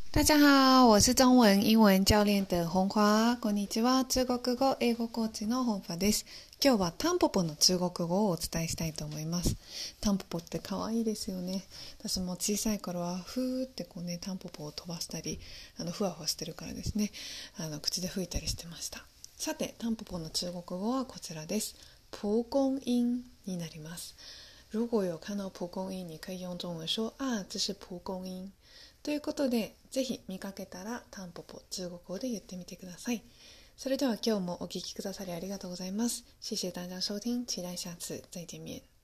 大家好，我是中文、英文教練的本華。こんにちは。中国語、英語コーチの本華です。今日はタンポポの中国語をお伝えしたいと思います。タンポポって可愛いですよね。私も小さい頃はふーってタンポポを飛ばしたり、ふわふわしてるからですね、口で吹いたりしてました。さて、タンポポの中国語はこちらです。蒲公英になります。如果有看到蒲公英，你可以用中文说啊，这是蒲公英。ということで、ぜひ見かけたらタンポポ中国語で言ってみてください。それでは今日もお聞きくださりありがとうございます。謝謝大家收聽，期待下次再見面。